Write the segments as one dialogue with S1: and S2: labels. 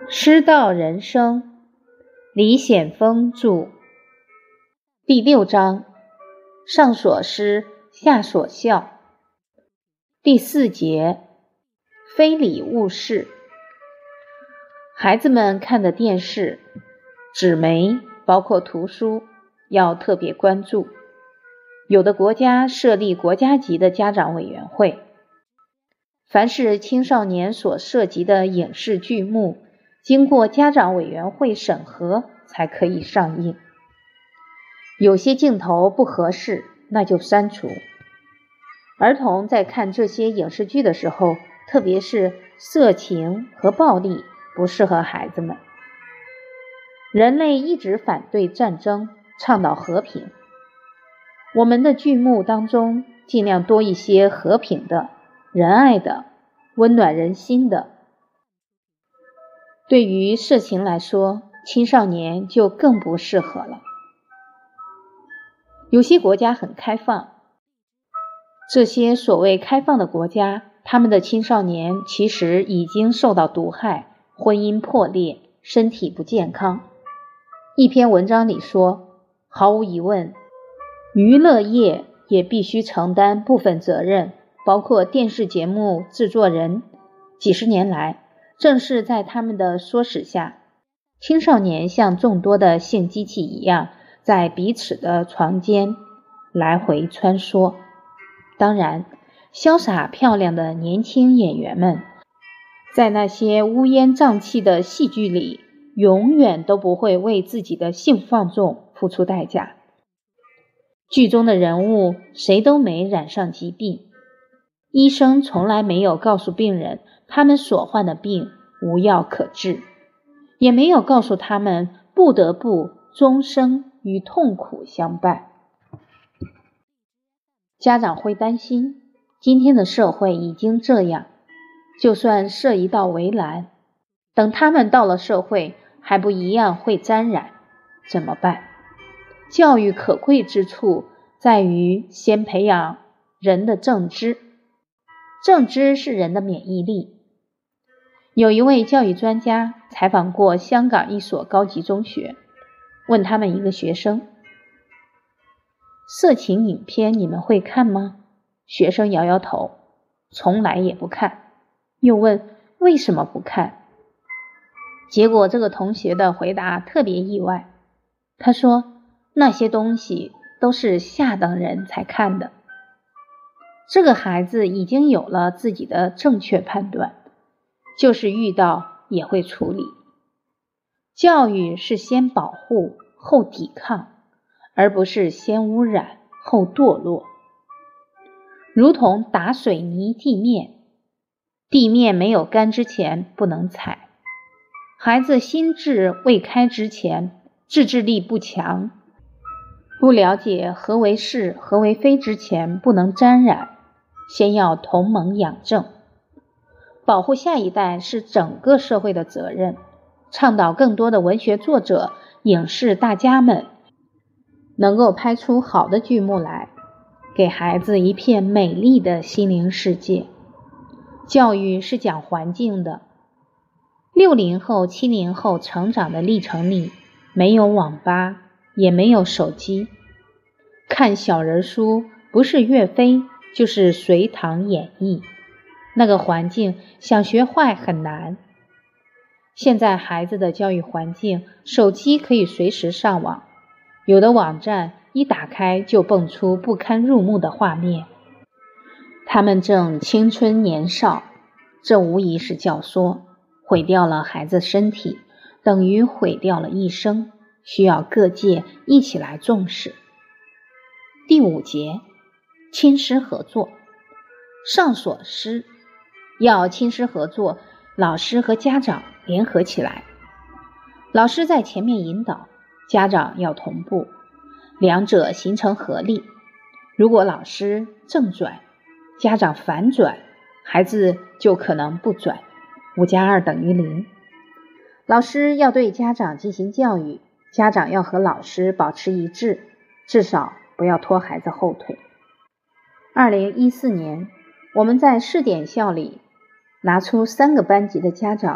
S1: 师道人生，李显峰著。第6章，上所施，下所效。第4节，非礼勿视。孩子们看的电视、纸媒，包括图书，要特别关注。有的国家设立国家级的家长委员会，凡是青少年所涉及的影视剧目，经过家长委员会审核才可以上映。有些镜头不合适，那就删除。儿童在看这些影视剧的时候，特别是色情和暴力，不适合孩子们。人类一直反对战争，倡导和平。我们的剧目当中，尽量多一些和平的、仁爱的、温暖人心的。对于色情来说，青少年就更不适合了。有些国家很开放，这些所谓开放的国家，他们的青少年其实已经受到毒害，婚姻破裂，身体不健康。一篇文章里说，毫无疑问，娱乐业也必须承担部分责任，包括电视节目制作人。几十年来，正是在他们的唆使下，青少年像众多的性机器一样，在彼此的床间来回穿梭。当然，潇洒漂亮的年轻演员们，在那些乌烟瘴气的戏剧里，永远都不会为自己的性放纵付出代价。剧中的人物谁都没染上疾病，医生从来没有告诉病人他们所患的病无药可治，也没有告诉他们不得不终生与痛苦相伴。家长会担心，今天的社会已经这样，就算设一道围栏，等他们到了社会，还不一样会沾染，怎么办？教育可贵之处在于先培养人的正知，正知是人的免疫力。有一位教育专家采访过香港一所高级中学，问他们一个学生，色情影片你们会看吗？学生摇摇头，从来也不看。又问为什么不看？结果这个同学的回答特别意外，他说那些东西都是下等人才看的。这个孩子已经有了自己的正确判断，就是遇到也会处理。教育是先保护后抵抗，而不是先污染后堕落。如同打水泥地面，地面没有干之前不能踩。孩子心智未开之前，自制力不强，不了解何为是何为非之前不能沾染，先要同盟养正。保护下一代是整个社会的责任，倡导更多的文学作者、影视大家们能够拍出好的剧目来，给孩子一片美丽的心灵世界。教育是讲环境的。60后、70后成长的历程里，没有网吧，也没有手机，看小人书不是岳飞就是隋唐演义，那个环境想学坏很难。现在孩子的教育环境，手机可以随时上网，有的网站一打开就蹦出不堪入目的画面。他们正青春年少，这无疑是教唆，毁掉了孩子身体，等于毁掉了一生，需要各界一起来重视。第5节，亲师合作。上所施，要亲师合作，老师和家长联合起来。老师在前面引导，家长要同步，两者形成合力。如果老师正转，家长反转，孩子就可能不转，5+2等于0。老师要对家长进行教育，家长要和老师保持一致，至少不要拖孩子后腿。2014年，我们在试点校里拿出3个班级的家长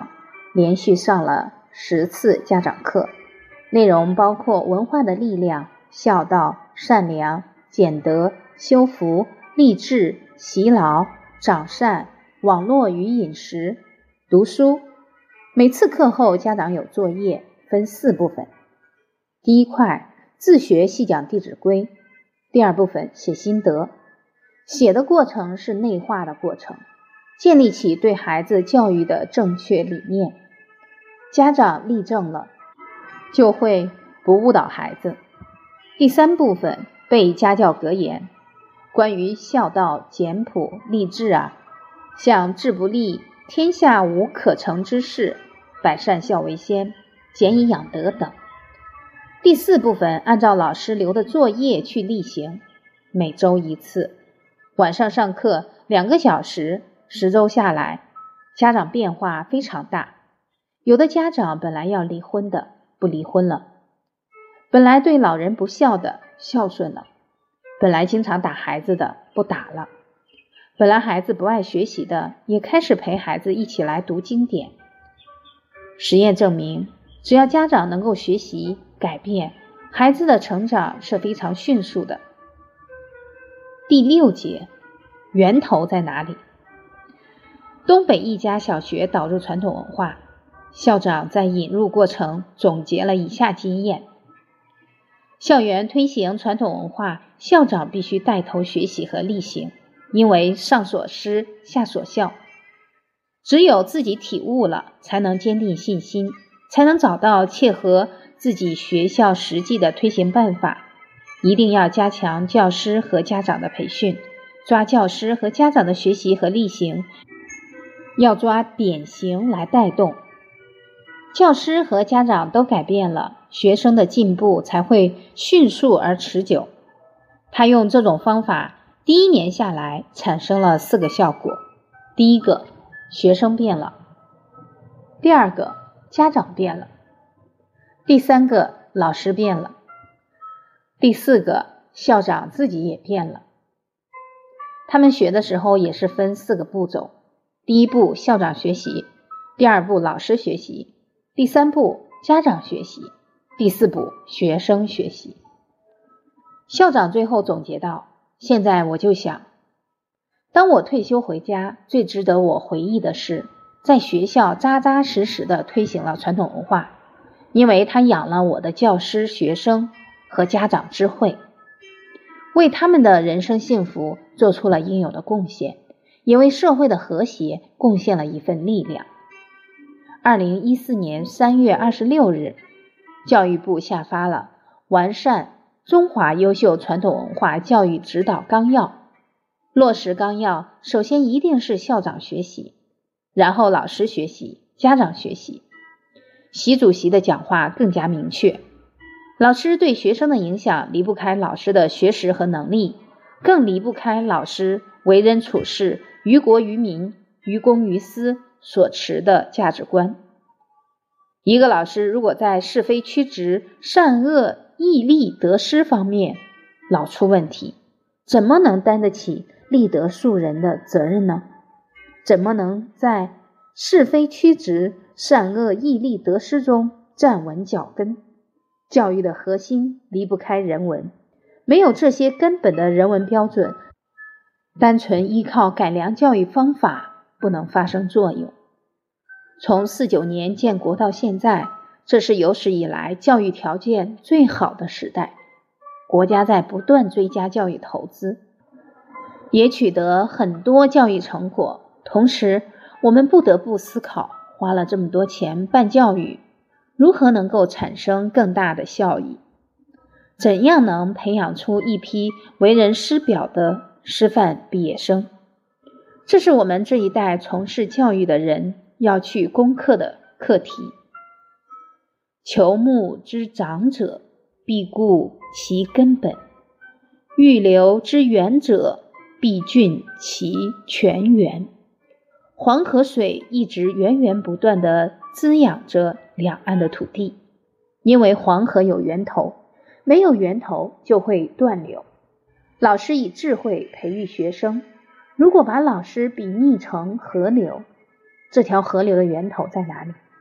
S1: 连续上了10次家长课，内容包括文化的力量、孝道、善良、俭德、修福、励志、习劳、长善、网络与饮食、读书。每次课后家长有作业，分4部分。第一块，自学细讲《弟子规》。第二部分，写心得。写的过程是内化的过程，建立起对孩子教育的正确理念。家长立正了，就会不误导孩子。第3部分，背家教格言。关于孝道、简朴、励志像志不立，天下无可成之事，百善孝为先，俭以养德等。第4部分，按照老师留的作业去例行，每周1次，晚上上课2个小时，10周下来，家长变化非常大。有的家长本来要离婚的，不离婚了；本来对老人不孝的，孝顺了；本来经常打孩子的，不打了；本来孩子不爱学习的，也开始陪孩子一起来读经典。实验证明，只要家长能够学习改变，孩子的成长是非常迅速的。第6节，源头在哪里？东北一家小学导入传统文化，校长在引入过程总结了以下经验。校园推行传统文化，校长必须带头学习和例行，因为上所师，下所效。只有自己体悟了，才能坚定信心，才能找到切合自己学校实际的推行办法。一定要加强教师和家长的培训，抓教师和家长的学习和例行，要抓典型来带动。教师和家长都改变了，学生的进步才会迅速而持久。他用这种方法，第1年下来产生了4个效果。第1个，学生变了；第2个，家长变了；第3个，老师变了；第4个，校长自己也变了。他们学的时候也是分4个步骤：第1步，校长学习；第2步，老师学习；第3步，家长学习；第4步，学生学习。校长最后总结道：现在我就想，当我退休回家，最值得我回忆的是，在学校扎扎实实地推行了传统文化，因为它养了我的教师、学生和家长智慧，为他们的人生幸福做出了应有的贡献，也为社会的和谐贡献了一份力量。2014年3月26日，教育部下发了完善中华优秀传统文化教育指导纲要。落实纲要，首先一定是校长学习，然后老师学习，家长学习。习主席的讲话更加明确，老师对学生的影响离不开老师的学识和能力，更离不开老师为人处事、于国于民、于公于私所持的价值观。一个老师如果在是非曲直、善恶义利得失方面老出问题，怎么能担得起立德树人的责任呢？怎么能在是非曲直、善恶义利得失中站稳脚跟？教育的核心离不开人文，没有这些根本的人文标准，单纯依靠改良教育方法不能发生作用。从49年建国到现在，这是有史以来教育条件最好的时代，国家在不断追加教育投资，也取得很多教育成果。同时，我们不得不思考，花了这么多钱办教育，如何能够产生更大的效益？怎样能培养出一批为人师表的师范毕业生？这是我们这一代从事教育的人要去攻克的课题。求木之长者，必固其根本；欲留之远者，必浚其泉源。黄河水一直源源不断地滋养着两岸的土地，因为黄河有源头，没有源头就会断流。老师以智慧培育学生，如果把老师比拟成河流，这条河流的源头在哪里？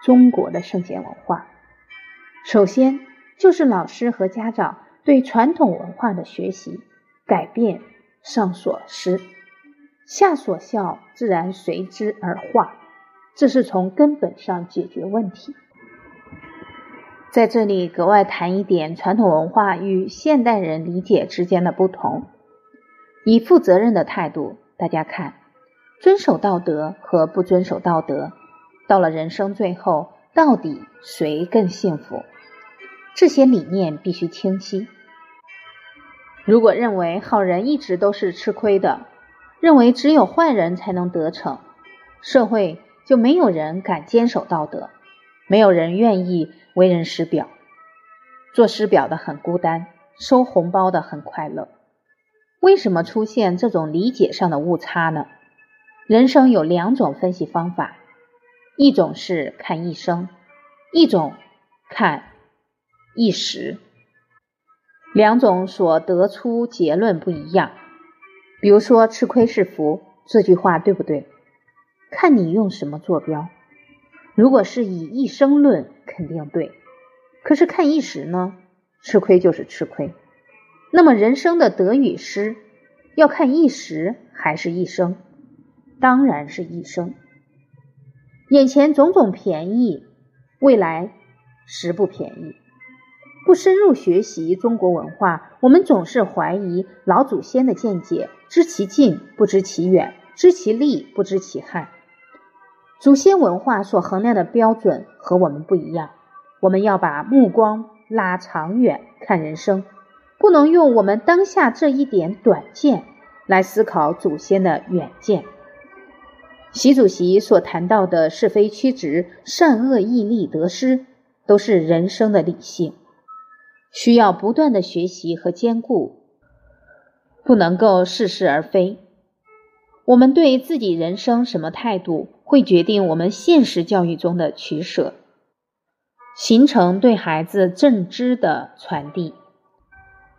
S1: 中国的圣贤文化。首先就是老师和家长对传统文化的学习，改变上所思，下所效，自然随之而化，这是从根本上解决问题。在这里格外谈一点传统文化与现代人理解之间的不同。以负责任的态度，大家看，遵守道德和不遵守道德，到了人生最后，到底谁更幸福？这些理念必须清晰。如果认为好人一直都是吃亏的，认为只有坏人才能得逞，社会就没有人敢坚守道德，没有人愿意为人师表。做师表的很孤单，收红包的很快乐。为什么出现这种理解上的误差呢？人生有两种分析方法，一种是看一生，一种看一时，两种所得出结论不一样。比如说吃亏是福，这句话对不对？看你用什么坐标。如果是以一生论，肯定对。可是看一时呢？吃亏就是吃亏。那么人生的得与失，要看一时还是一生？当然是一生。眼前种种便宜，未来实不便宜。不深入学习中国文化，我们总是怀疑老祖先的见解，知其近不知其远，知其利不知其害。祖先文化所衡量的标准和我们不一样，我们要把目光拉长远看人生，不能用我们当下这一点短见来思考祖先的远见。习主席所谈到的是非曲直、善恶义利得失，都是人生的理性，需要不断的学习和兼顾，不能够似是而非。我们对自己人生什么态度，会决定我们现实教育中的取舍，形成对孩子正知的传递。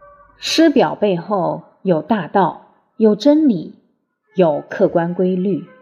S1: 师表背后有大道，有真理，有客观规律。